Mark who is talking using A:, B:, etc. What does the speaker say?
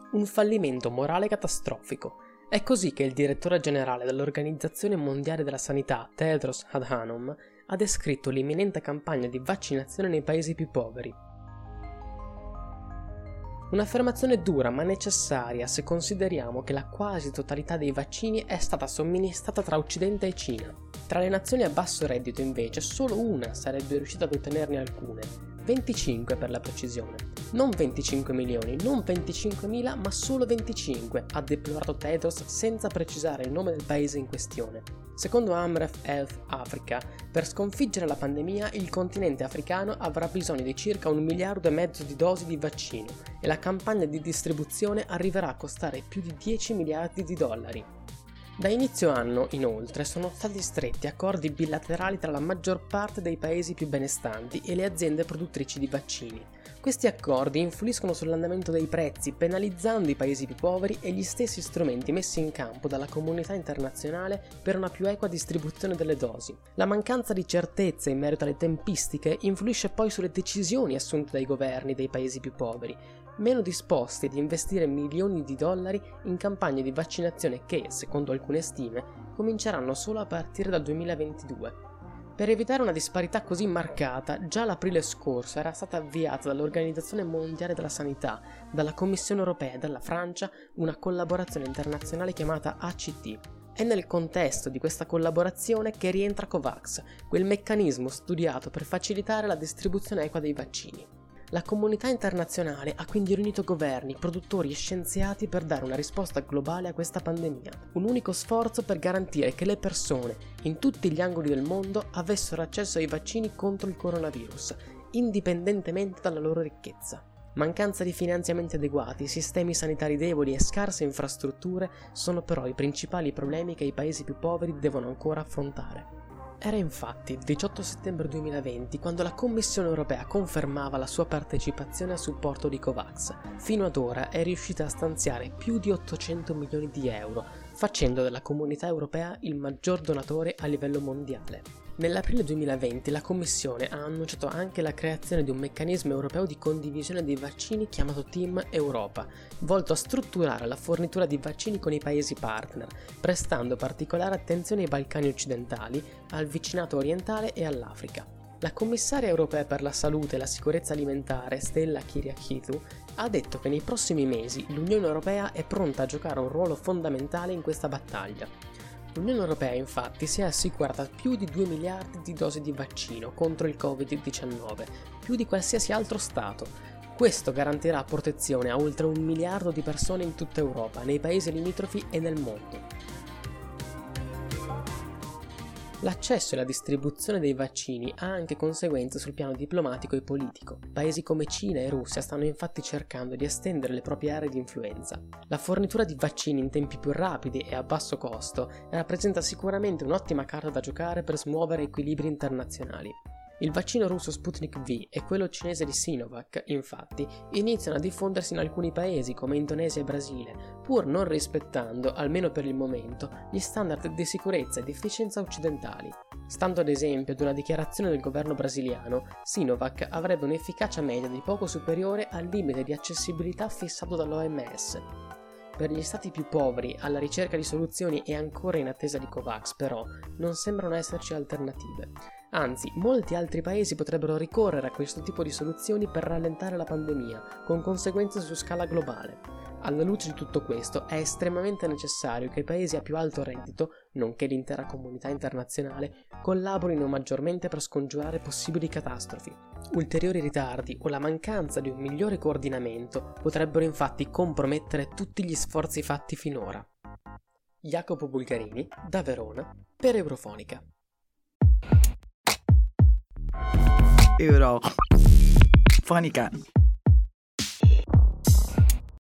A: Un fallimento morale catastrofico. È così che il direttore generale dell'Organizzazione Mondiale della Sanità, Tedros Adhanom, ha descritto l'imminente campagna di vaccinazione nei paesi più poveri. Un'affermazione dura ma necessaria se consideriamo che la quasi totalità dei vaccini è stata somministrata tra Occidente e Cina. Tra le nazioni a basso reddito invece solo una sarebbe riuscita ad ottenerne alcune, 25 per la precisione. Non 25 milioni, non 25.000 ma solo 25, ha deplorato Tedros senza precisare il nome del paese in questione. Secondo Amref Health Africa, per sconfiggere la pandemia il continente africano avrà bisogno di circa 1,5 miliardi di dosi di vaccino e la campagna di distribuzione arriverà a costare più di 10 miliardi di dollari. Da inizio anno, inoltre, sono stati stretti accordi bilaterali tra la maggior parte dei paesi più benestanti e le aziende produttrici di vaccini. Questi accordi influiscono sull'andamento dei prezzi, penalizzando i paesi più poveri e gli stessi strumenti messi in campo dalla comunità internazionale per una più equa distribuzione delle dosi. La mancanza di certezza in merito alle tempistiche influisce poi sulle decisioni assunte dai governi dei paesi più poveri, meno disposti ad investire milioni di dollari in campagne di vaccinazione che, secondo alcune stime, cominceranno solo a partire dal 2022. Per evitare una disparità così marcata, già l'aprile scorso era stata avviata dall'Organizzazione Mondiale della Sanità, dalla Commissione Europea e dalla Francia una collaborazione internazionale chiamata ACT. È nel contesto di questa collaborazione che rientra COVAX, quel meccanismo studiato per facilitare la distribuzione equa dei vaccini. La comunità internazionale ha quindi riunito governi, produttori e scienziati per dare una risposta globale a questa pandemia. Un unico sforzo per garantire che le persone, in tutti gli angoli del mondo, avessero accesso ai vaccini contro il coronavirus, indipendentemente dalla loro ricchezza. Mancanza di finanziamenti adeguati, sistemi sanitari deboli e scarse infrastrutture sono però i principali problemi che i paesi più poveri devono ancora affrontare. Era infatti il 18 settembre 2020 quando la Commissione Europea confermava la sua partecipazione a supporto di COVAX. Fino ad ora è riuscita a stanziare più di 800 milioni di euro, facendo della Comunità Europea il maggior donatore a livello mondiale. Nell'aprile 2020 la Commissione ha annunciato anche la creazione di un meccanismo europeo di condivisione dei vaccini chiamato Team Europa, volto a strutturare la fornitura di vaccini con i paesi partner, prestando particolare attenzione ai Balcani occidentali, al vicinato orientale e all'Africa. La commissaria europea per la salute e la sicurezza alimentare, Stella Kyriakides, ha detto che nei prossimi mesi l'Unione Europea è pronta a giocare un ruolo fondamentale in questa battaglia. L'Unione Europea infatti si è assicurata più di 2 miliardi di dosi di vaccino contro il Covid-19, più di qualsiasi altro Stato. Questo garantirà protezione a oltre 1 miliardo di persone in tutta Europa, nei paesi limitrofi e nel mondo. L'accesso e la distribuzione dei vaccini ha anche conseguenze sul piano diplomatico e politico. Paesi come Cina e Russia stanno infatti cercando di estendere le proprie aree di influenza. La fornitura di vaccini in tempi più rapidi e a basso costo rappresenta sicuramente un'ottima carta da giocare per smuovere equilibri internazionali. Il vaccino russo Sputnik V e quello cinese di Sinovac, infatti, iniziano a diffondersi in alcuni paesi come Indonesia e Brasile, pur non rispettando, almeno per il momento, gli standard di sicurezza e di efficienza occidentali. Stando ad esempio ad una dichiarazione del governo brasiliano, Sinovac avrebbe un'efficacia media di poco superiore al limite di accessibilità fissato dall'OMS. Per gli stati più poveri, alla ricerca di soluzioni e ancora in attesa di COVAX, però, non sembrano esserci alternative. Anzi, molti altri paesi potrebbero ricorrere a questo tipo di soluzioni per rallentare la pandemia, con conseguenze su scala globale. Alla luce di tutto questo, è estremamente necessario che i paesi a più alto reddito, nonché l'intera comunità internazionale, collaborino maggiormente per scongiurare possibili catastrofi. Ulteriori ritardi o la mancanza di un migliore coordinamento potrebbero infatti compromettere tutti gli sforzi fatti finora. Jacopo Bulgarini, da Verona, per Eurofonica.
B: Eurofonica.